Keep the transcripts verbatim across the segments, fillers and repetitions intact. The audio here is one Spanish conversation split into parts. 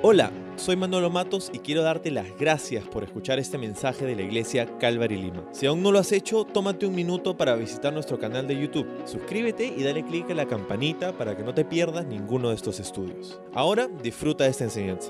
Hola, soy Manolo Matos y quiero darte las gracias por escuchar este mensaje de la iglesia Calvary Lima. Si aún no lo has hecho, tómate un minuto para visitar nuestro canal de YouTube. Suscríbete y dale clic a la campanita para que no te pierdas ninguno de estos estudios. Ahora disfruta de esta enseñanza.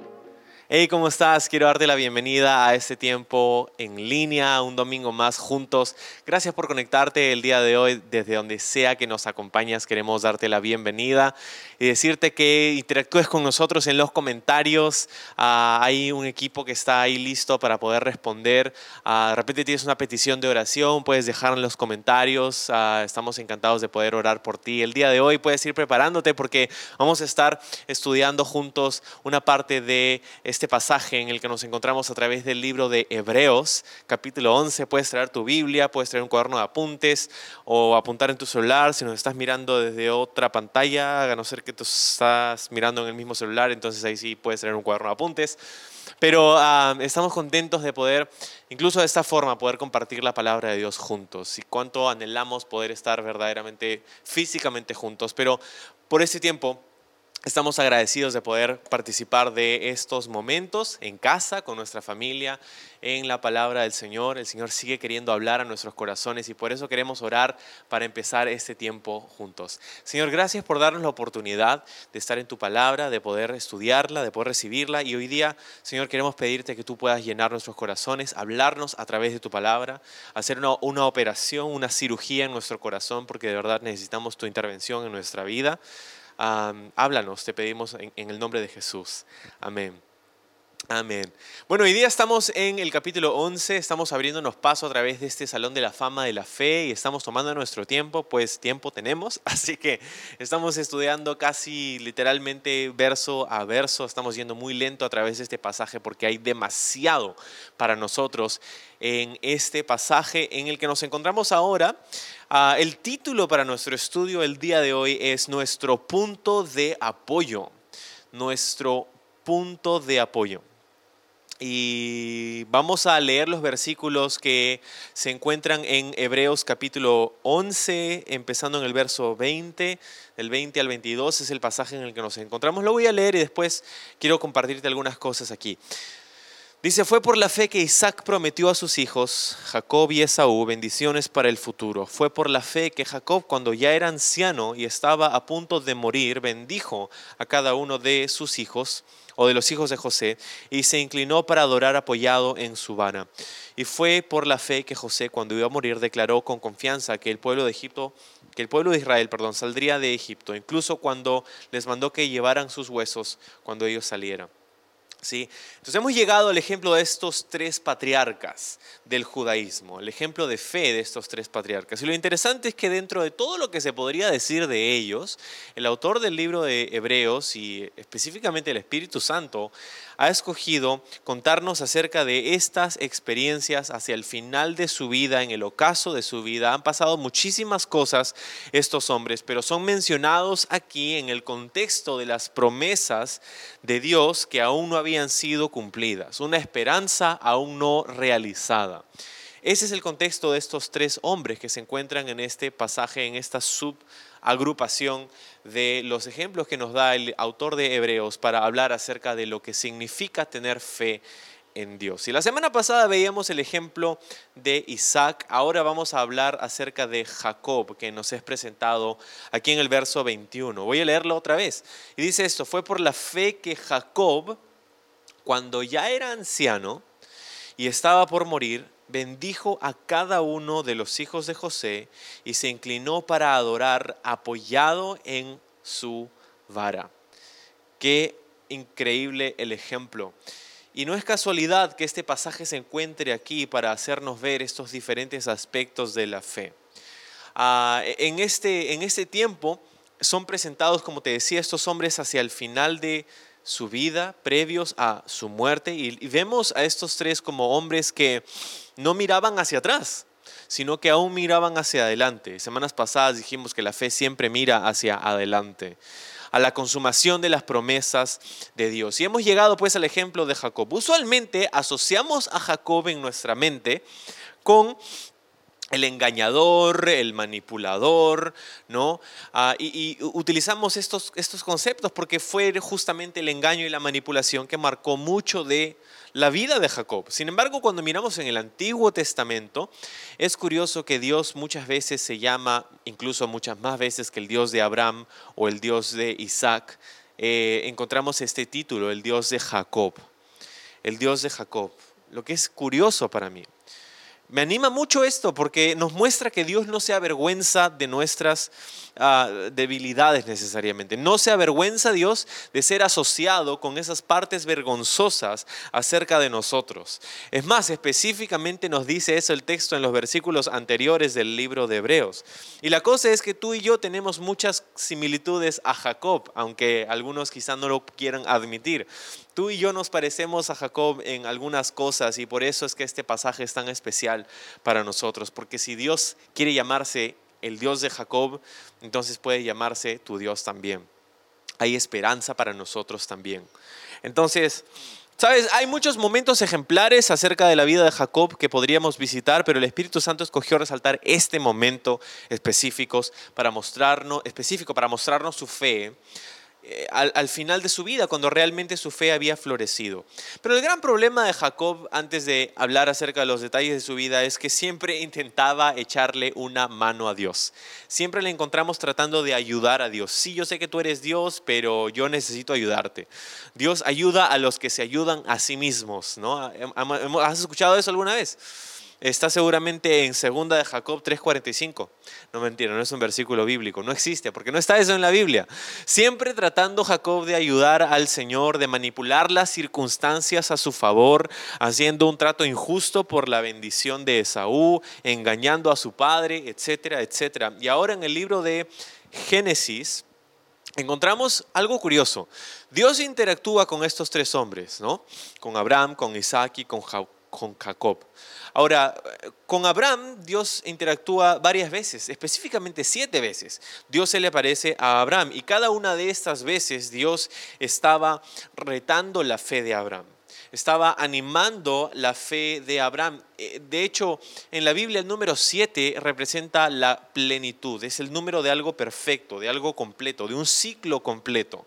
Hey, ¿cómo estás? Quiero darte la bienvenida a este tiempo en línea, un domingo más juntos. Gracias por conectarte el día de hoy desde donde sea que nos acompañas. Queremos darte la bienvenida y decirte que interactúes con nosotros en los comentarios. Uh, hay un equipo que está ahí listo para poder responder. Uh, de repente tienes una petición de oración, puedes dejar en los comentarios. Uh, estamos encantados de poder orar por ti. El día de hoy puedes ir preparándote porque vamos a estar estudiando juntos una parte de este pasaje en el que nos encontramos a través del libro de Hebreos, capítulo once. Puedes traer tu Biblia, puedes traer un cuaderno de apuntes o apuntar en tu celular. Si nos estás mirando desde otra pantalla, a no ser que tú estás mirando en el mismo celular, entonces ahí sí puedes traer un cuaderno de apuntes. Pero uh, estamos contentos de poder, incluso de esta forma, poder compartir la palabra de Dios juntos. Y cuánto anhelamos poder estar verdaderamente, físicamente juntos. Pero por este tiempo estamos agradecidos de poder participar de estos momentos en casa, con nuestra familia, en la palabra del Señor. El Señor sigue queriendo hablar a nuestros corazones y por eso queremos orar para empezar este tiempo juntos. Señor, gracias por darnos la oportunidad de estar en tu palabra, de poder estudiarla, de poder recibirla. Y hoy día, Señor, queremos pedirte que tú puedas llenar nuestros corazones, hablarnos a través de tu palabra, hacer una, una operación, una cirugía en nuestro corazón, porque de verdad necesitamos tu intervención en nuestra vida. Um, háblanos, te pedimos en, en el nombre de Jesús. Amén. Amén. Bueno, hoy día estamos en el capítulo once, estamos abriéndonos paso a través de este Salón de la Fama de la Fe y estamos tomando nuestro tiempo, pues tiempo tenemos, así que estamos estudiando casi literalmente verso a verso, estamos yendo muy lento a través de este pasaje porque hay demasiado para nosotros en este pasaje en el que nos encontramos ahora. Uh, el título para nuestro estudio el día de hoy es Nuestro punto de apoyo. Nuestro punto de apoyo. Y vamos a leer los versículos que se encuentran en Hebreos capítulo once, empezando en el verso veinte, del veinte al veintidós es el pasaje en el que nos encontramos. Lo voy a leer y después quiero compartirte algunas cosas aquí. Dice, fue por la fe que Isaac prometió a sus hijos, Jacob y Esaú, bendiciones para el futuro. Fue por la fe que Jacob, cuando ya era anciano y estaba a punto de morir, bendijo a cada uno de sus hijos o de los hijos de José y se inclinó para adorar apoyado en su vara. Y fue por la fe que José, cuando iba a morir, declaró con confianza que el pueblo de Egipto, que el pueblo de Israel, perdón, saldría de Egipto, incluso cuando les mandó que llevaran sus huesos cuando ellos salieran. ¿Sí? Entonces hemos llegado al ejemplo de estos tres patriarcas del judaísmo, el ejemplo de fe de estos tres patriarcas. Y lo interesante es que dentro de todo lo que se podría decir de ellos, el autor del libro de Hebreos y específicamente el Espíritu Santo ha escogido contarnos acerca de estas experiencias hacia el final de su vida, en el ocaso de su vida. Han pasado muchísimas cosas estos hombres, pero son mencionados aquí en el contexto de las promesas de Dios que aún no habían sido cumplidas, una esperanza aún no realizada. Ese es el contexto de estos tres hombres que se encuentran en este pasaje, en esta subagrupación de los ejemplos que nos da el autor de Hebreos para hablar acerca de lo que significa tener fe en Dios. Y la semana pasada veíamos el ejemplo de Isaac. Ahora vamos a hablar acerca de Jacob, que nos es presentado aquí en el verso veintiuno. Voy a leerlo otra vez. Y dice esto, fue por la fe que Jacob, cuando ya era anciano y estaba por morir, bendijo a cada uno de los hijos de José y se inclinó para adorar apoyado en su vara. Qué increíble el ejemplo. Y no es casualidad que este pasaje se encuentre aquí para hacernos ver estos diferentes aspectos de la fe. Uh, en, este, en este tiempo son presentados, como te decía, estos hombres hacia el final de su vida, previos a su muerte, y, y vemos a estos tres como hombres que no miraban hacia atrás, sino que aún miraban hacia adelante. Semanas pasadas dijimos que la fe siempre mira hacia adelante, a la consumación de las promesas de Dios. Y hemos llegado pues al ejemplo de Jacob. Usualmente asociamos a Jacob en nuestra mente con el engañador, el manipulador, ¿no? Ah, y, y utilizamos estos, estos conceptos porque fue justamente el engaño y la manipulación que marcó mucho de la vida de Jacob. Sin embargo, cuando miramos en el Antiguo Testamento, es curioso que Dios muchas veces se llama, incluso muchas más veces que el Dios de Abraham o el Dios de Isaac, eh, encontramos este título, el Dios de Jacob. El Dios de Jacob. Lo que es curioso para mí. Me anima mucho esto porque nos muestra que Dios no se avergüenza de nuestras uh, debilidades necesariamente. No se avergüenza Dios de ser asociado con esas partes vergonzosas acerca de nosotros. Es más, específicamente nos dice eso el texto en los versículos anteriores del libro de Hebreos. Y la cosa es que tú y yo tenemos muchas similitudes a Jacob, aunque algunos quizás no lo quieran admitir. Tú y yo nos parecemos a Jacob en algunas cosas y por eso es que este pasaje es tan especial para nosotros. Porque si Dios quiere llamarse el Dios de Jacob, entonces puede llamarse tu Dios también. Hay esperanza para nosotros también. Entonces, ¿sabes? Hay muchos momentos ejemplares acerca de la vida de Jacob que podríamos visitar, pero el Espíritu Santo escogió resaltar este momento específico para mostrarnos, específico para mostrarnos su fe. Al, al final de su vida, cuando realmente su fe había florecido. Pero el gran problema de Jacob, antes de hablar acerca de los detalles de su vida, es que siempre intentaba echarle una mano a Dios. Siempre le encontramos tratando de ayudar a Dios. Sí, yo sé que tú eres Dios, pero yo necesito ayudarte. Dios ayuda a los que se ayudan a sí mismos, ¿no? ¿Has escuchado eso alguna vez? Está seguramente en segunda de Jacob tres cuarenta y cinco. No, mentira, no es un versículo bíblico, no existe porque no está eso en la Biblia. Siempre tratando Jacob de ayudar al Señor, de manipular las circunstancias a su favor, haciendo un trato injusto por la bendición de Esaú, engañando a su padre, etcétera, etcétera. Y ahora en el libro de Génesis encontramos algo curioso. Dios interactúa con estos tres hombres, ¿no? Con Abraham, con Isaac y con Jacob. Ahora, con Abraham Dios interactúa varias veces, específicamente siete veces. Dios se le aparece a Abraham y cada una de estas veces Dios estaba retando la fe de Abraham. Estaba animando la fe de Abraham. De hecho, en la Biblia el número siete representa la plenitud. Es el número de algo perfecto, de algo completo, de un ciclo completo.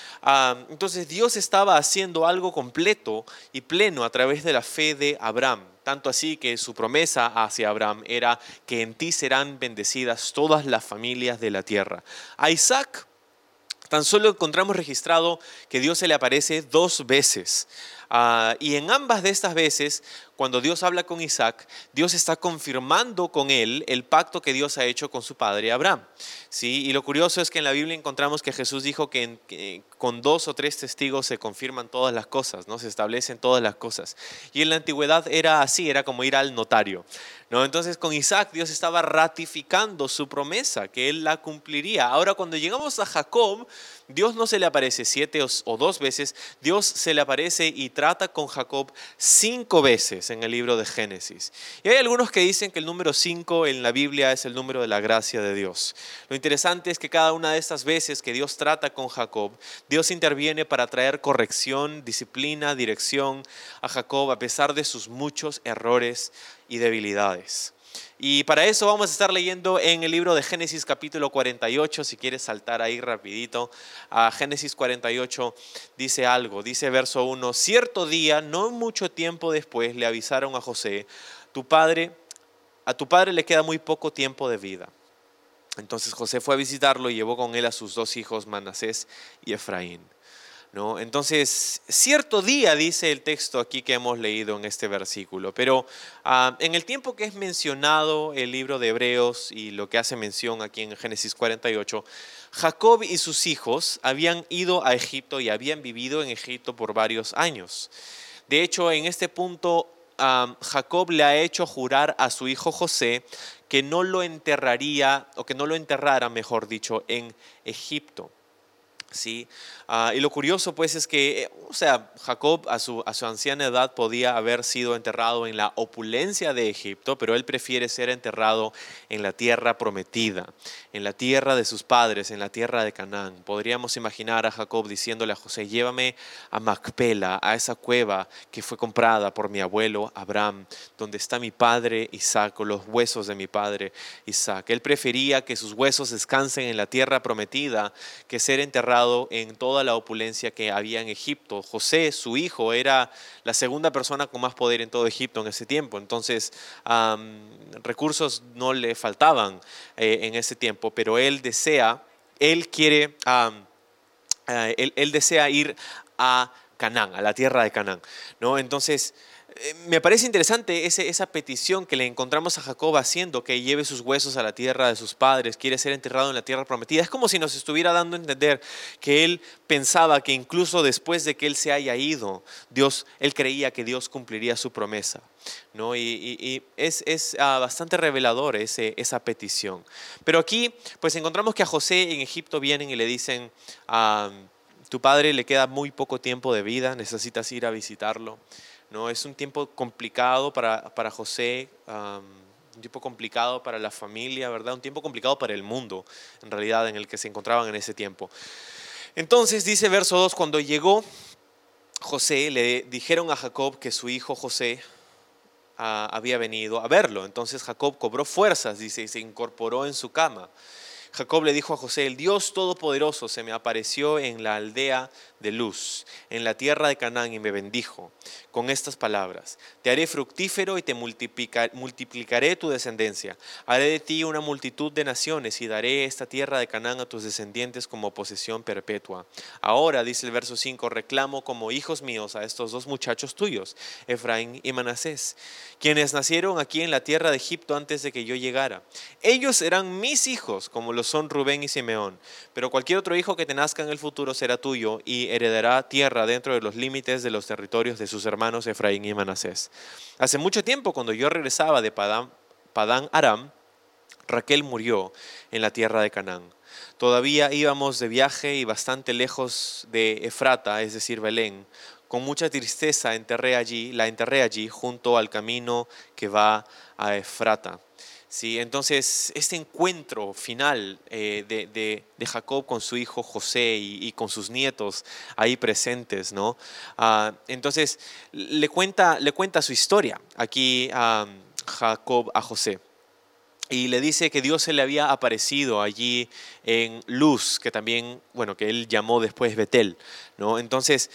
Entonces Dios estaba haciendo algo completo y pleno a través de la fe de Abraham. Tanto así que su promesa hacia Abraham era que en ti serán bendecidas todas las familias de la tierra. A Isaac tan solo encontramos registrado que Dios se le aparece dos veces. Uh, y en ambas de estas veces, cuando Dios habla con Isaac, Dios está confirmando con él el pacto que Dios ha hecho con su padre Abraham. ¿Sí? Y lo curioso es que en la Biblia encontramos que Jesús dijo que, en, que con dos o tres testigos se confirman todas las cosas, ¿no? Se establecen todas las cosas. Y en la antigüedad era así, era como ir al notario, ¿no? Entonces con Isaac Dios estaba ratificando su promesa, que él la cumpliría. Ahora cuando llegamos a Jacob, Dios no se le aparece siete o, o dos veces, Dios se le aparece y trata con Jacob cinco veces en el libro de Génesis. Y hay algunos que dicen que el número cinco en la Biblia es el número de la gracia de Dios. Lo interesante es que cada una de estas veces que Dios trata con Jacob, Dios interviene para traer corrección, disciplina, dirección a Jacob a pesar de sus muchos errores y debilidades. Y para eso vamos a estar leyendo en el libro de Génesis capítulo cuarenta y ocho, si quieres saltar ahí rapidito. A Génesis cuarenta y ocho dice algo, dice verso uno, cierto día, no mucho tiempo después, le avisaron a José, tu padre, a tu padre le queda muy poco tiempo de vida. Entonces José fue a visitarlo y llevó con él a sus dos hijos, Manasés y Efraín. ¿No? Entonces, cierto día, dice el texto aquí que hemos leído en este versículo, pero uh, en el tiempo que es mencionado el libro de Hebreos y lo que hace mención aquí en Génesis cuarenta y ocho, Jacob y sus hijos habían ido a Egipto y habían vivido en Egipto por varios años. De hecho, en este punto, um, Jacob le ha hecho jurar a su hijo José que no lo enterraría, o que no lo enterrara, mejor dicho, en Egipto. Sí, ah, y lo curioso pues es que, eh, o sea, Jacob a su, a su anciana edad podía haber sido enterrado en la opulencia de Egipto, pero él prefiere ser enterrado en la tierra prometida, en la tierra de sus padres, en la tierra de Canaán. Podríamos imaginar a Jacob diciéndole a José: llévame a Macpela, a esa cueva que fue comprada por mi abuelo Abraham, donde está mi padre Isaac, o los huesos de mi padre Isaac. Él prefería que sus huesos descansen en la tierra prometida que ser enterrado en toda la opulencia que había en Egipto. José, su hijo, era la segunda persona con más poder en todo Egipto en ese tiempo. Entonces, um, recursos no le faltaban eh, en ese tiempo, pero él desea, él quiere, um, uh, él, él desea ir a Canaán, a la tierra de Canaán, ¿no? Entonces, me parece interesante ese, esa petición que le encontramos a Jacob haciendo, que lleve sus huesos a la tierra de sus padres, quiere ser enterrado en la tierra prometida. Es como si nos estuviera dando a entender que él pensaba que incluso después de que él se haya ido, Dios, él creía que Dios cumpliría su promesa, ¿no? Y, y, y es, es uh, bastante revelador ese, esa petición. Pero aquí pues encontramos que a José en Egipto vienen y le dicen: uh, tu padre le queda muy poco tiempo de vida, necesitas ir a visitarlo. No, es un tiempo complicado para, para José, um, un tiempo complicado para la familia, ¿verdad? Un tiempo complicado para el mundo, en realidad, en el que se encontraban en ese tiempo. Entonces dice verso dos, cuando llegó José, le dijeron a Jacob que su hijo José uh, había venido a verlo. Entonces Jacob cobró fuerzas, dice, y se incorporó en su cama. Jacob le dijo a José: el Dios Todopoderoso se me apareció en la aldea de Luz, en la tierra de Canaán, y me bendijo con estas palabras: te haré fructífero y te multiplica, multiplicaré tu descendencia. Haré de ti una multitud de naciones y daré esta tierra de Canaán a tus descendientes como posesión perpetua. Ahora, dice el verso cinco, reclamo como hijos míos a estos dos muchachos tuyos, Efraín y Manasés, quienes nacieron aquí en la tierra de Egipto antes de que yo llegara. Ellos serán mis hijos, como lo son Rubén y Simeón, pero cualquier otro hijo que te nazca en el futuro será tuyo y heredará tierra dentro de los límites de los territorios de sus hermanos Efraín y Manasés. Hace mucho tiempo, cuando yo regresaba de Padán, Padán Aram, Raquel murió en la tierra de Canaán. Todavía íbamos de viaje y bastante lejos de Efrata, es decir, Belén. Con mucha tristeza enterré allí, la enterré allí junto al camino que va a Efrata. Sí, entonces, este encuentro final eh, de, de, de Jacob con su hijo José y, y con sus nietos ahí presentes, ¿no? Uh, entonces, le cuenta, le cuenta su historia aquí a um, Jacob a José. Y le dice que Dios se le había aparecido allí en Luz, que también, bueno, que él llamó después Betel, ¿no? Entonces,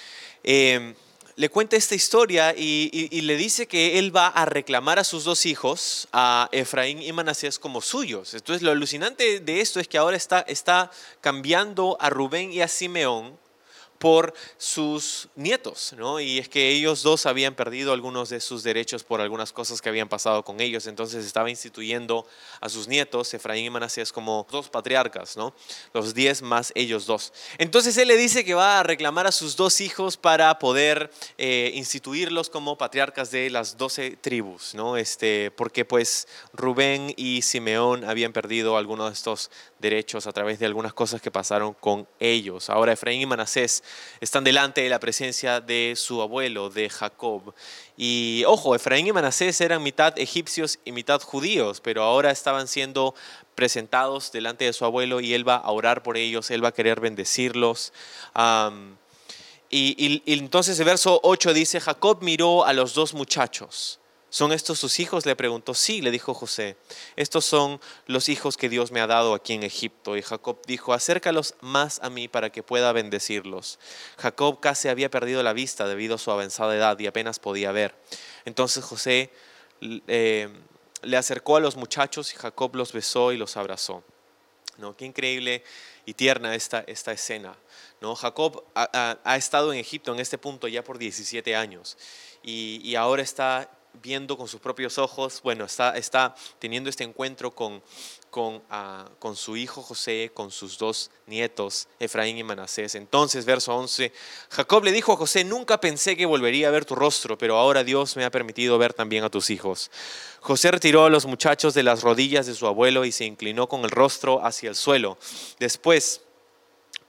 eh, le cuenta esta historia y, y, y le dice que él va a reclamar a sus dos hijos, a Efraín y Manasés, como suyos. Entonces, lo alucinante de esto es que ahora está, está cambiando a Rubén y a Simeón por sus nietos, ¿no? Y es que ellos dos habían perdido algunos de sus derechos por algunas cosas que habían pasado con ellos. Entonces estaba instituyendo a sus nietos, Efraín y Manasés, como dos patriarcas, ¿no? Los diez más ellos dos. Entonces él le dice que va a reclamar a sus dos hijos para poder eh, instituirlos como patriarcas de las doce tribus, ¿no? Este, porque pues Rubén y Simeón habían perdido algunos de estos derechos a través de algunas cosas que pasaron con ellos. Ahora Efraín y Manasés están delante de la presencia de su abuelo, de Jacob. Y ojo, Efraín y Manasés eran mitad egipcios y mitad judíos, pero ahora estaban siendo presentados delante de su abuelo y él va a orar por ellos, él va a querer bendecirlos. Um, y, y, y entonces el verso ocho dice: Jacob miró a los dos muchachos. ¿Son estos sus hijos?, le preguntó. Sí, le dijo José, estos son los hijos que Dios me ha dado aquí en Egipto. Y Jacob dijo: acércalos más a mí para que pueda bendecirlos. Jacob casi había perdido la vista debido a su avanzada edad y apenas podía ver. Entonces José eh, le acercó a los muchachos y Jacob los besó y los abrazó. ¿No? Qué increíble y tierna esta, esta escena, ¿no? Jacob ha, ha, ha estado en Egipto en este punto ya por diecisiete años y, y ahora está viendo con sus propios ojos, bueno, está, está teniendo este encuentro con, con, uh, con su hijo José, con sus dos nietos, Efraín y Manasés. Entonces, verso once, Jacob le dijo a José: nunca pensé que volvería a ver tu rostro, pero ahora Dios me ha permitido ver también a tus hijos. José retiró a los muchachos de las rodillas de su abuelo y se inclinó con el rostro hacia el suelo. Después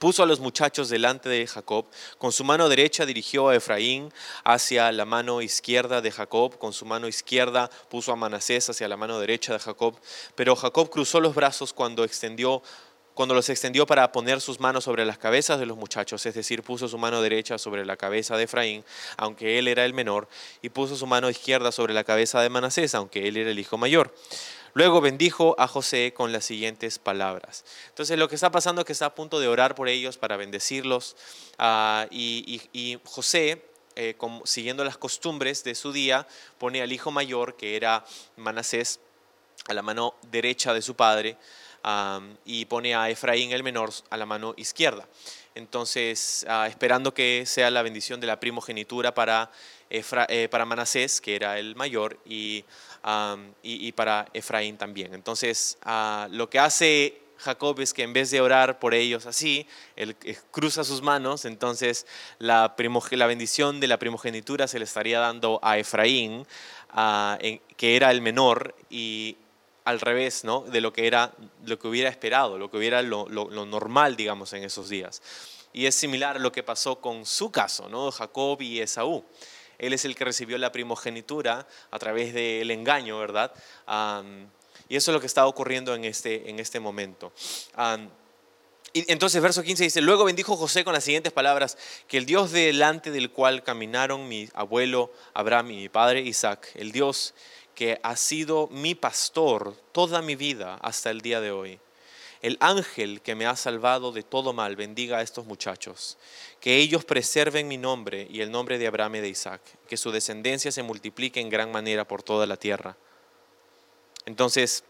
Puso a los muchachos delante de Jacob, con su mano derecha dirigió a Efraín hacia la mano izquierda de Jacob, con su mano izquierda puso a Manasés hacia la mano derecha de Jacob, pero Jacob cruzó los brazos cuando extendió cuando los extendió para poner sus manos sobre las cabezas de los muchachos, es decir, puso su mano derecha sobre la cabeza de Efraín, aunque él era el menor, y puso su mano izquierda sobre la cabeza de Manasés, aunque él era el hijo mayor. Luego bendijo a José con las siguientes palabras. Entonces lo que está pasando es que está a punto de orar por ellos para bendecirlos, uh, y, y, y José, eh, como, siguiendo las costumbres de su día, pone al hijo mayor, que era Manasés, a la mano derecha de su padre, Um, y pone a Efraín el menor a la mano izquierda. Entonces, uh, esperando que sea la bendición de la primogenitura para, Efra, eh, para Manasés, que era el mayor, y, um, y, y para Efraín también. Entonces, uh, lo que hace Jacob es que en vez de orar por ellos así, él cruza sus manos, entonces la, la bendición de la primogenitura se le estaría dando a Efraín, uh, en, que era el menor, y al revés, ¿no?, de lo que era, lo que hubiera esperado, lo que hubiera lo, lo, lo normal, digamos, en esos días. Y es similar a lo que pasó con su caso, ¿no?, Jacob y Esaú. Él es el que recibió la primogenitura a través del engaño, ¿verdad? Um, y eso es lo que está ocurriendo en este, en este momento. Um, y entonces, verso quince dice: luego bendijo José con las siguientes palabras: que el Dios delante del cual caminaron mi abuelo Abraham y mi padre Isaac, el Dios que ha sido mi pastor toda mi vida hasta el día de hoy, el ángel que me ha salvado de todo mal, bendiga a estos muchachos, que ellos preserven mi nombre y el nombre de Abraham y de Isaac, que su descendencia se multiplique en gran manera por toda la tierra. Entonces,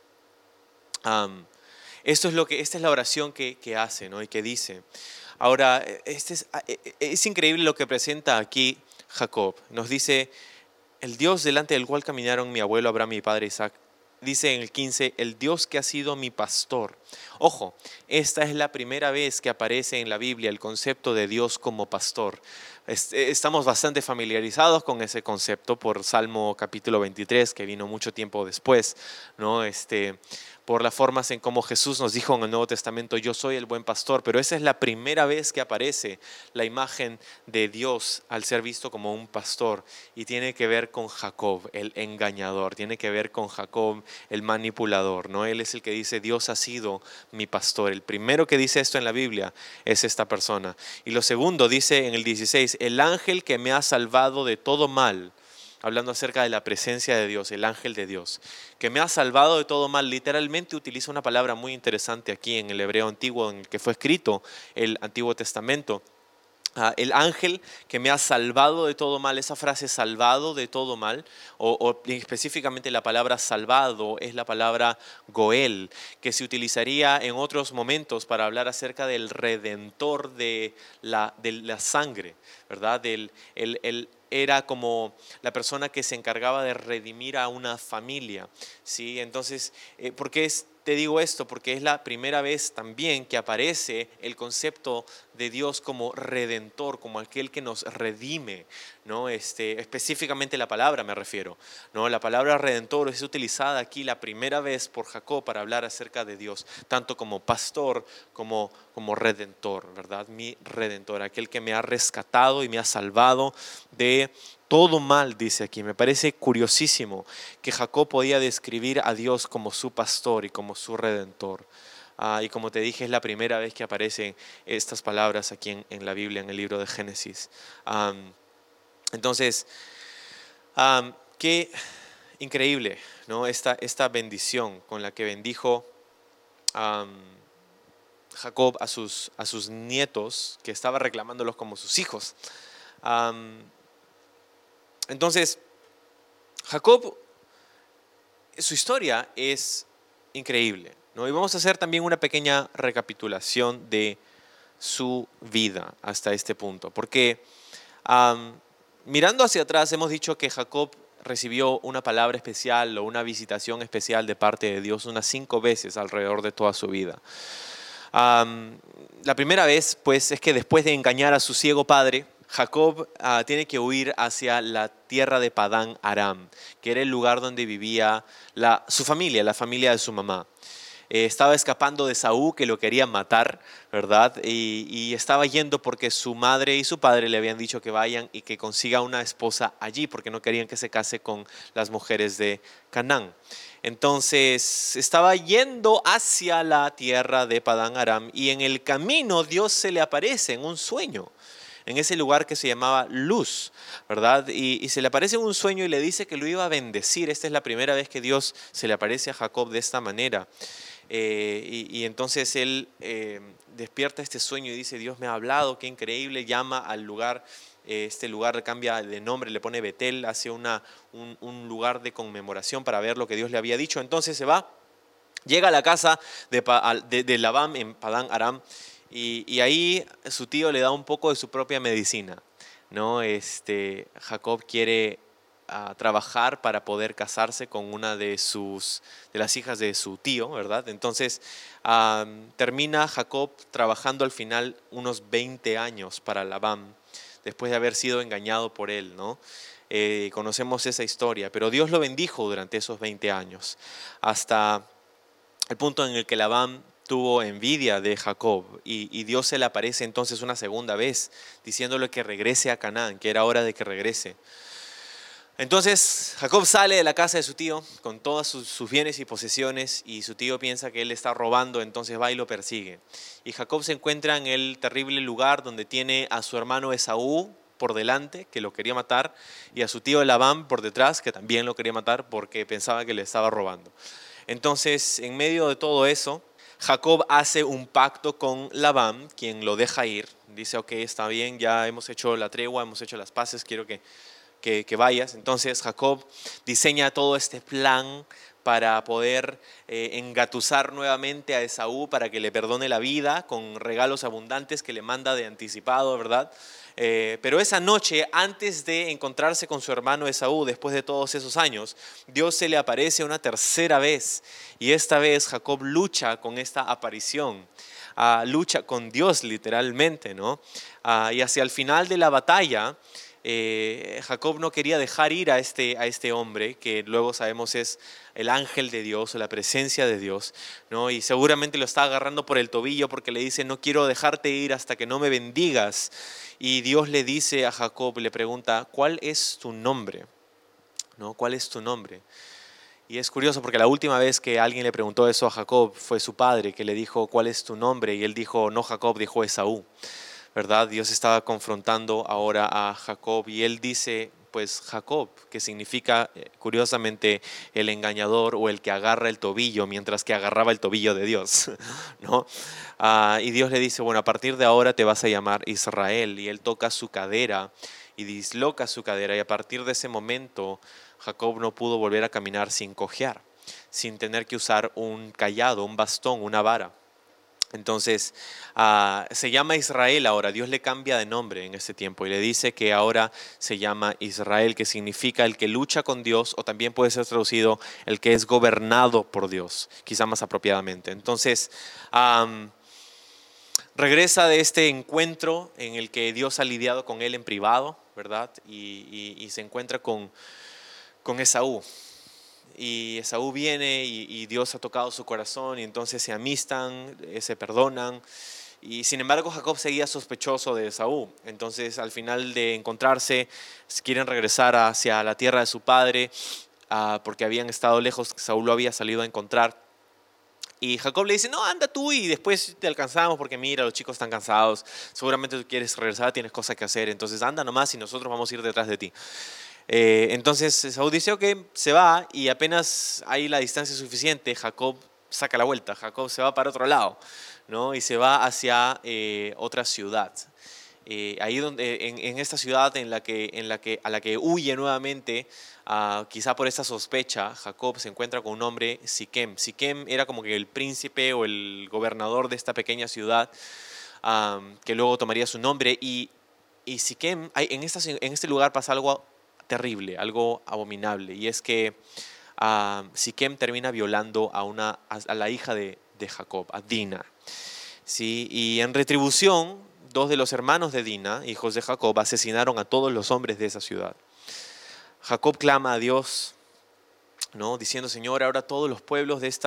um, esto es lo que, esta es la oración que, que hace, ¿no?, y que dice. Ahora, este es, es increíble lo que presenta aquí Jacob. Nos dice: el Dios delante del cual caminaron mi abuelo Abraham y mi padre Isaac. Dice en el quince: el Dios que ha sido mi pastor. Ojo, esta es la primera vez que aparece en la Biblia el concepto de Dios como pastor. Estamos bastante familiarizados con ese concepto por Salmo capítulo veintitrés, que vino mucho tiempo después, ¿no? Este, por las formas en cómo Jesús nos dijo en el Nuevo Testamento: yo soy el buen pastor. Pero esa es la primera vez que aparece la imagen de Dios al ser visto como un pastor, y tiene que ver con Jacob, el engañador, tiene que ver con Jacob, el manipulador, ¿no? Él es el que dice: Dios ha sido mi pastor. El primero que dice esto en la Biblia es esta persona. Y lo segundo dice en el dieciséis: el ángel que me ha salvado de todo mal. Hablando acerca de la presencia de Dios, el ángel de Dios, que me ha salvado de todo mal. Literalmente utiliza una palabra muy interesante aquí en el hebreo antiguo en el que fue escrito el Antiguo Testamento. Uh, el ángel que me ha salvado de todo mal. Esa frase salvado de todo mal, o, o específicamente la palabra salvado, es la palabra goel, que se utilizaría en otros momentos para hablar acerca del redentor de la, de la sangre, ¿verdad? Del, el, el, era como la persona que se encargaba de redimir a una familia, ¿sí? Entonces, eh, ¿por qué es te digo esto? Porque es la primera vez también que aparece el concepto de Dios como redentor, como aquel que nos redime, ¿no? Este, específicamente la palabra me refiero, ¿no? La palabra redentor es utilizada aquí la primera vez por Jacob para hablar acerca de Dios, tanto como pastor como, como redentor, ¿verdad? Mi redentor, aquel que me ha rescatado y me ha salvado de todo mal, dice aquí. Me parece curiosísimo que Jacob podía describir a Dios como su pastor y como su redentor. Uh, y como te dije, es la primera vez que aparecen estas palabras aquí en, en la Biblia, en el libro de Génesis. Um, entonces, um, qué increíble, ¿no? Esta, esta bendición con la que bendijo um, Jacob a sus, a sus nietos, que estaba reclamándolos como sus hijos. Um, Entonces, Jacob, su historia es increíble, ¿no? Y vamos a hacer también una pequeña recapitulación de su vida hasta este punto. Porque um, mirando hacia atrás hemos dicho que Jacob recibió una palabra especial o una visitación especial de parte de Dios unas cinco veces alrededor de toda su vida. Um, la primera vez, pues, es que después de engañar a su ciego padre, Jacob uh, tiene que huir hacia la tierra de Padán Aram, que era el lugar donde vivía la, su familia, la familia de su mamá. eh, estaba escapando de Esaú, que lo quería matar, ¿verdad? Y, y estaba yendo porque su madre y su padre le habían dicho que vayan y que consiga una esposa allí, porque no querían que se case con las mujeres de Canaán. Entonces estaba yendo hacia la tierra de Padán Aram y en el camino Dios se le aparece en un sueño, en ese lugar que se llamaba Luz, ¿verdad? Y, y se le aparece en un sueño y le dice que lo iba a bendecir. Esta es la primera vez que Dios se le aparece a Jacob de esta manera. Eh, y, y entonces él eh, despierta este sueño y dice, Dios me ha hablado, qué increíble, llama al lugar. Este lugar cambia de nombre, le pone Betel, hace una, un, un lugar de conmemoración para ver lo que Dios le había dicho. Entonces se va, llega a la casa de, de, de Labán en Padán Aram y, y ahí su tío le da un poco de su propia medicina, ¿no? Este, Jacob quiere uh, trabajar para poder casarse con una de, sus, de las hijas de su tío, ¿verdad? Entonces uh, termina Jacob trabajando al final unos veinte años para Labán, después de haber sido engañado por él, ¿no? Eh, conocemos esa historia, pero Dios lo bendijo durante esos veinte años, hasta el punto en el que Labán tuvo envidia de Jacob y, y Dios se le aparece entonces una segunda vez, diciéndole que regrese a Canaán, que era hora de que regrese. Entonces Jacob sale de la casa de su tío con todos sus, sus bienes y posesiones y su tío piensa que él está robando, entonces va y lo persigue. Y Jacob se encuentra en el terrible lugar donde tiene a su hermano Esaú por delante, que lo quería matar, y a su tío Labán por detrás, que también lo quería matar porque pensaba que le estaba robando. Entonces, en medio de todo eso, Jacob hace un pacto con Labán, quien lo deja ir. Dice, ok, está bien, ya hemos hecho la tregua, hemos hecho las paces, quiero que Que, que vayas. Entonces Jacob diseña todo este plan para poder eh, engatusar nuevamente a Esaú para que le perdone la vida con regalos abundantes que le manda de anticipado, ¿verdad? Eh, pero esa noche, antes de encontrarse con su hermano Esaú, después de todos esos años, Dios se le aparece una tercera vez y esta vez Jacob lucha con esta aparición. Uh, lucha con Dios literalmente, ¿no? Uh, y hacia el final de la batalla, Eh, Jacob no quería dejar ir a este, a este hombre que luego sabemos es el ángel de Dios o la presencia de Dios, ¿no? Y seguramente lo está agarrando por el tobillo porque le dice, no quiero dejarte ir hasta que no me bendigas. Y Dios le dice a Jacob, le pregunta, ¿cuál es tu nombre? ¿No? ¿Cuál es tu nombre? Y es curioso porque la última vez que alguien le preguntó eso a Jacob fue su padre, que le dijo, ¿cuál es tu nombre? Y él dijo, no Jacob, dijo Esaú, ¿verdad? Dios estaba confrontando ahora a Jacob y él dice, pues Jacob, que significa curiosamente el engañador o el que agarra el tobillo, mientras que agarraba el tobillo de Dios, ¿no? Uh, y Dios le dice, bueno, a partir de ahora te vas a llamar Israel, y él toca su cadera y disloca su cadera y a partir de ese momento Jacob no pudo volver a caminar sin cojear, sin tener que usar un cayado, un bastón, una vara. Entonces uh, se llama Israel ahora, Dios le cambia de nombre en este tiempo y le dice que ahora se llama Israel, que significa el que lucha con Dios, o también puede ser traducido el que es gobernado por Dios, quizá más apropiadamente. Entonces um, regresa de este encuentro en el que Dios ha lidiado con él en privado, ¿verdad? Y, y, y se encuentra con, con Esaú. Y Esaú viene y, y Dios ha tocado su corazón y entonces se amistan, eh, se perdonan. Y sin embargo Jacob seguía sospechoso de Esaú. Entonces al final de encontrarse quieren regresar hacia la tierra de su padre uh, porque habían estado lejos, Esaú lo había salido a encontrar. Y Jacob le dice, no, anda tú y después te alcanzamos porque mira, los chicos están cansados, seguramente tú quieres regresar, tienes cosas que hacer, entonces anda nomás y nosotros vamos a ir detrás de ti. Eh, entonces Esaú dice, ok, se va y apenas hay la distancia suficiente, Jacob saca la vuelta, Jacob se va para otro lado, ¿no? Y se va hacia eh, otra ciudad. Eh, ahí donde, en, en esta ciudad en la que, en la que, a la que huye nuevamente, uh, quizá por esta sospecha, Jacob se encuentra con un hombre, Siquem. Siquem era como que el príncipe o el gobernador de esta pequeña ciudad, um, que luego tomaría su nombre. Y, y Siquem, hay, en, esta, en este lugar pasa algo terrible, algo abominable, y es que uh, Siquem termina violando a, una, a, a la hija de, de Jacob, a Dina, ¿sí? Y en retribución, dos de los hermanos de Dina, hijos de Jacob, asesinaron a todos los hombres de esa ciudad. Jacob clama a Dios, ¿no? Diciendo, Señor, ahora todos los pueblos de esta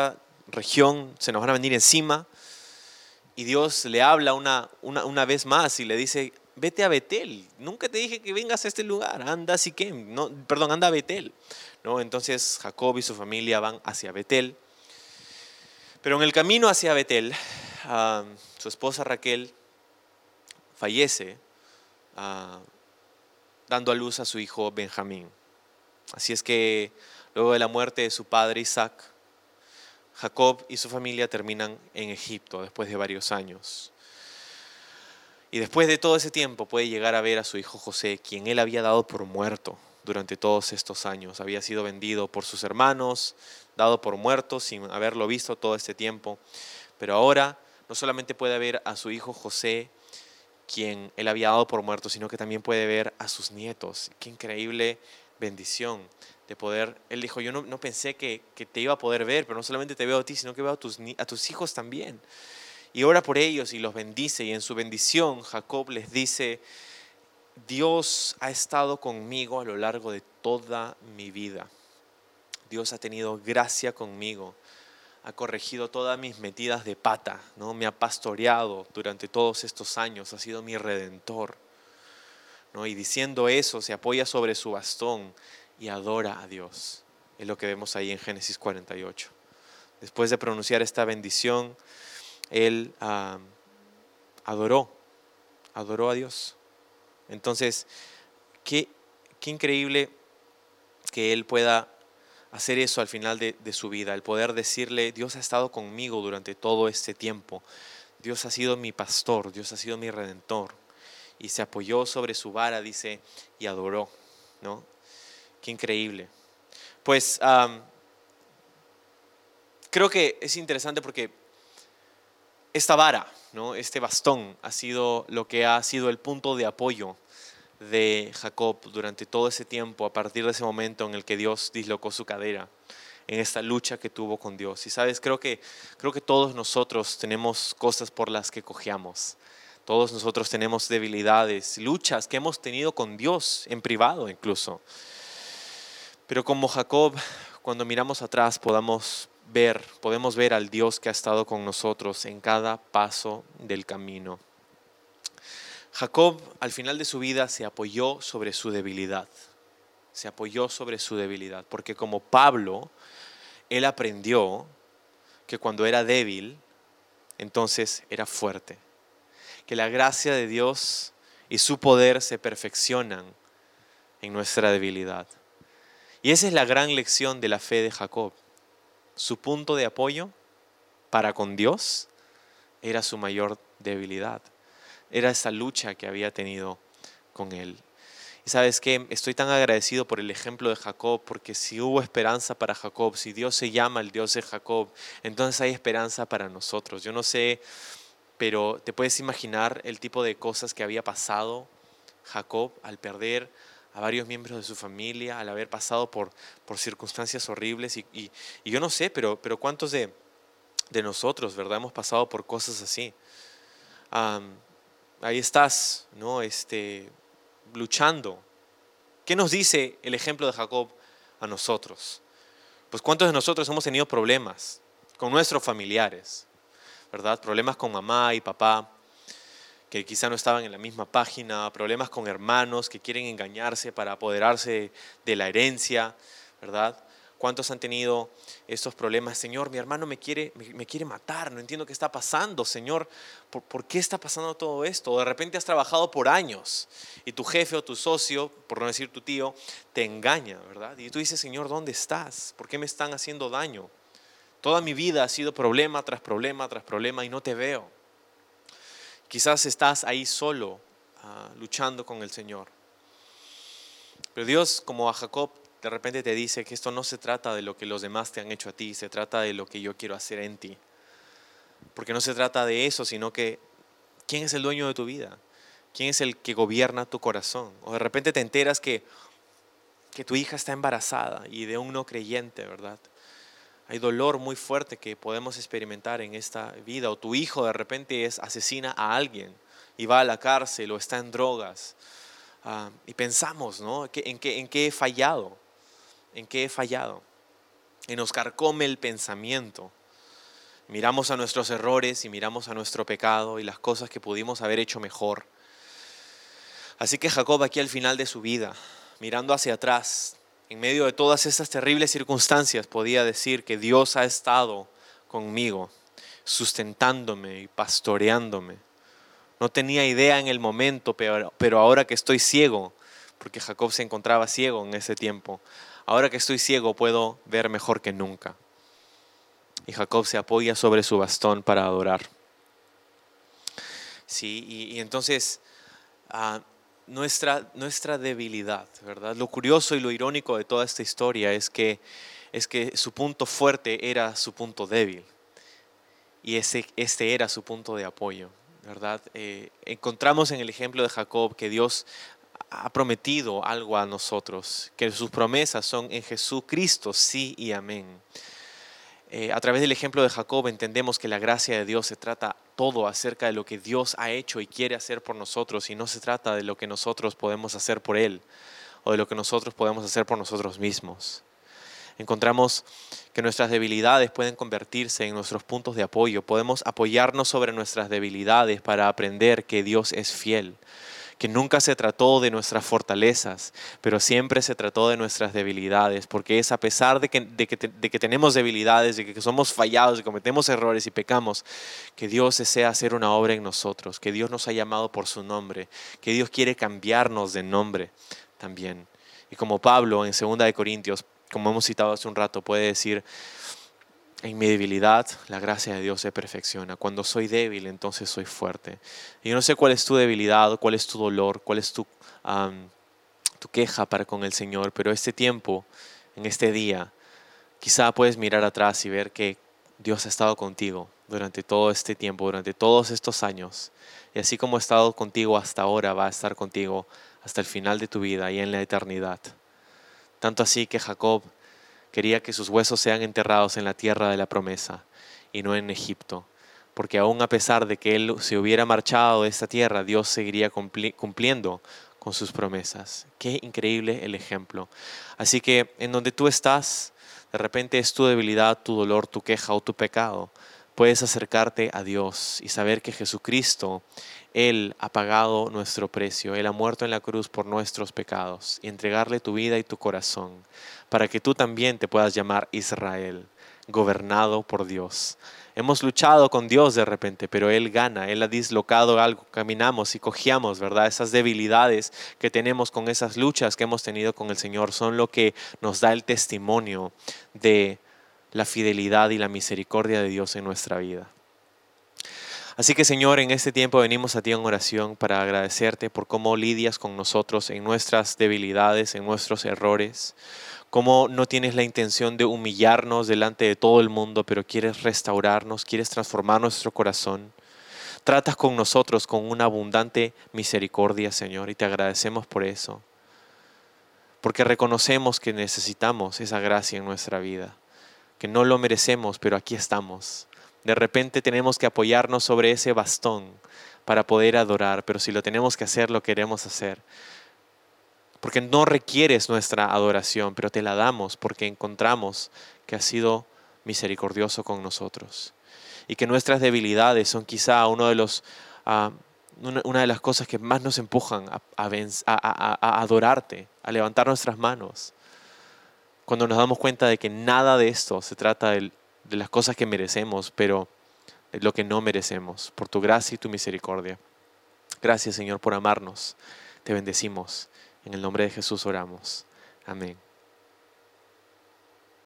región se nos van a venir encima. Y Dios le habla una, una, una vez más y le dice, vete a Betel. Nunca te dije que vengas a este lugar. Anda a Siquem. No, perdón, anda a Betel. ¿No? Entonces Jacob y su familia van hacia Betel. Pero en el camino hacia Betel, uh, su esposa Raquel fallece uh, dando a luz a su hijo Benjamín. Así es que luego de la muerte de su padre Isaac, Jacob y su familia terminan en Egipto después de varios años. Y después de todo ese tiempo puede llegar a ver a su hijo José, quien él había dado por muerto durante todos estos años. Había sido vendido por sus hermanos, dado por muerto sin haberlo visto todo este tiempo. Pero ahora no solamente puede ver a su hijo José, quien él había dado por muerto, sino que también puede ver a sus nietos. Qué increíble bendición de poder. Él dijo, yo no, no pensé que, que te iba a poder ver, pero no solamente te veo a ti, sino que veo a tus, a tus hijos también. Y ora por ellos y los bendice. Y en su bendición Jacob les dice, Dios ha estado conmigo a lo largo de toda mi vida. Dios ha tenido gracia conmigo. Ha corregido todas mis metidas de pata, ¿no? Me ha pastoreado durante todos estos años. Ha sido mi redentor, ¿no? Y diciendo eso se apoya sobre su bastón y adora a Dios. Es lo que vemos ahí en Génesis cuarenta y ocho. Después de pronunciar esta bendición, él uh, adoró, adoró a Dios. Entonces, qué, qué increíble que él pueda hacer eso al final de, de su vida, el poder decirle, Dios ha estado conmigo durante todo este tiempo. Dios ha sido mi pastor, Dios ha sido mi redentor. Y se apoyó sobre su vara, dice, y adoró, ¿no? Qué increíble. Pues um, creo que es interesante porque esta vara, ¿no? Este bastón ha sido lo que ha sido el punto de apoyo de Jacob durante todo ese tiempo, a partir de ese momento en el que Dios dislocó su cadera en esta lucha que tuvo con Dios. Y sabes, creo que, creo que todos nosotros tenemos cosas por las que cojeamos. Todos nosotros tenemos debilidades, luchas que hemos tenido con Dios en privado incluso. Pero como Jacob, cuando miramos atrás podamos ver, podemos ver al Dios que ha estado con nosotros en cada paso del camino. Jacob al final de su vida se apoyó sobre su debilidad. Se apoyó sobre su debilidad. Porque como Pablo, él aprendió que cuando era débil, entonces era fuerte. Que la gracia de Dios y su poder se perfeccionan en nuestra debilidad. Y esa es la gran lección de la fe de Jacob. Su punto de apoyo para con Dios era su mayor debilidad. Era esa lucha que había tenido con él. Y sabes qué, estoy tan agradecido por el ejemplo de Jacob, porque si hubo esperanza para Jacob, si Dios se llama el Dios de Jacob, entonces hay esperanza para nosotros. Yo no sé, pero te puedes imaginar el tipo de cosas que había pasado Jacob al perder a varios miembros de su familia, al haber pasado por, por circunstancias horribles. Y, y, y yo no sé, pero, pero cuántos de, de nosotros, ¿verdad? Hemos pasado por cosas así. Um, ahí estás, ¿no? Este, luchando. ¿Qué nos dice el ejemplo de Jacob a nosotros? Pues cuántos de nosotros hemos tenido problemas con nuestros familiares, ¿verdad? Problemas con mamá y papá, que quizá no estaban en la misma página, problemas con hermanos que quieren engañarse para apoderarse de la herencia, ¿verdad? ¿Cuántos han tenido estos problemas? Señor, mi hermano me quiere, me, me quiere matar, no entiendo qué está pasando. Señor, ¿por, ¿por qué está pasando todo esto? O de repente has trabajado por años y tu jefe o tu socio, por no decir tu tío, te engaña, ¿verdad? Y tú dices, Señor, ¿dónde estás? ¿Por qué me están haciendo daño? Toda mi vida ha sido problema tras problema tras problema y no te veo. Quizás estás ahí solo, uh, luchando con el Señor. Pero Dios, como a Jacob, de repente te dice que esto no se trata de lo que los demás te han hecho a ti, se trata de lo que yo quiero hacer en ti. Porque no se trata de eso, sino que ¿quién es el dueño de tu vida? ¿Quién es el que gobierna tu corazón? O de repente te enteras que, que tu hija está embarazada y de un no creyente, ¿verdad? Hay dolor muy fuerte que podemos experimentar en esta vida. O tu hijo de repente es, asesina a alguien y va a la cárcel o está en drogas. Uh, y pensamos, ¿no? ¿En qué, en qué he fallado? ¿En qué he fallado? Y nos carcome el pensamiento. Miramos a nuestros errores y miramos a nuestro pecado y las cosas que pudimos haber hecho mejor. Así que Jacob, aquí al final de su vida, mirando hacia atrás, en medio de todas estas terribles circunstancias, podía decir que Dios ha estado conmigo, sustentándome y pastoreándome. No tenía idea en el momento, pero, pero ahora que estoy ciego, porque Jacob se encontraba ciego en ese tiempo, ahora que estoy ciego puedo ver mejor que nunca. Y Jacob se apoya sobre su bastón para adorar. Sí, y, y entonces uh, nuestra, nuestra debilidad, ¿verdad? Lo curioso y lo irónico de toda esta historia es que, es que su punto fuerte era su punto débil. Y ese, este era su punto de apoyo, ¿verdad? Eh, encontramos en el ejemplo de Jacob que Dios ha prometido algo a nosotros, que sus promesas son en Jesucristo, sí y amén. Eh, a través del ejemplo de Jacob entendemos que la gracia de Dios se trata todo acerca de lo que Dios ha hecho y quiere hacer por nosotros, y no se trata de lo que nosotros podemos hacer por Él o de lo que nosotros podemos hacer por nosotros mismos. Encontramos que nuestras debilidades pueden convertirse en nuestros puntos de apoyo. Podemos apoyarnos sobre nuestras debilidades para aprender que Dios es fiel, que nunca se trató de nuestras fortalezas, pero siempre se trató de nuestras debilidades, porque es a pesar de que, de que, de que tenemos debilidades, de que somos fallados, de que cometemos errores y pecamos, que Dios desea hacer una obra en nosotros, que Dios nos ha llamado por su nombre, que Dios quiere cambiarnos de nombre también. Y como Pablo en segunda de Corintios, como hemos citado hace un rato, puede decir: en mi debilidad, la gracia de Dios se perfecciona. Cuando soy débil, entonces soy fuerte. Y yo no sé cuál es tu debilidad, cuál es tu dolor, cuál es tu, um, tu queja para con el Señor, pero este tiempo, en este día, quizá puedes mirar atrás y ver que Dios ha estado contigo durante todo este tiempo, durante todos estos años. Y así como ha estado contigo hasta ahora, va a estar contigo hasta el final de tu vida y en la eternidad. Tanto así que Jacob quería que sus huesos sean enterrados en la tierra de la promesa y no en Egipto, porque aún a pesar de que él se hubiera marchado de esta tierra, Dios seguiría cumpliendo con sus promesas. Qué increíble el ejemplo. Así que en donde tú estás, de repente es tu debilidad, tu dolor, tu queja o tu pecado, puedes acercarte a Dios y saber que Jesucristo, Él ha pagado nuestro precio, Él ha muerto en la cruz por nuestros pecados, y entregarle tu vida y tu corazón para que tú también te puedas llamar Israel, gobernado por Dios. Hemos luchado con Dios de repente, pero Él gana, Él ha dislocado algo, caminamos y cojeamos, ¿verdad? Esas debilidades que tenemos con esas luchas que hemos tenido con el Señor son lo que nos da el testimonio de la fidelidad y la misericordia de Dios en nuestra vida. Así que, Señor, en este tiempo venimos a ti en oración para agradecerte por cómo lidias con nosotros en nuestras debilidades, en nuestros errores, cómo no tienes la intención de humillarnos delante de todo el mundo, pero quieres restaurarnos, quieres transformar nuestro corazón. Tratas con nosotros con una abundante misericordia, Señor, y te agradecemos por eso, porque reconocemos que necesitamos esa gracia en nuestra vida, que no lo merecemos, pero aquí estamos. De repente tenemos que apoyarnos sobre ese bastón para poder adorar, pero si lo tenemos que hacer, lo queremos hacer. Porque no requieres nuestra adoración, pero te la damos porque encontramos que has sido misericordioso con nosotros. Y que nuestras debilidades son quizá uno de los, uh, una, una de las cosas que más nos empujan a, a, a, a, a adorarte, a levantar nuestras manos. Cuando nos damos cuenta de que nada de esto se trata de, de las cosas que merecemos, pero de lo que no merecemos, por tu gracia y tu misericordia. Gracias, Señor, por amarnos. Te bendecimos. En el nombre de Jesús oramos. Amén.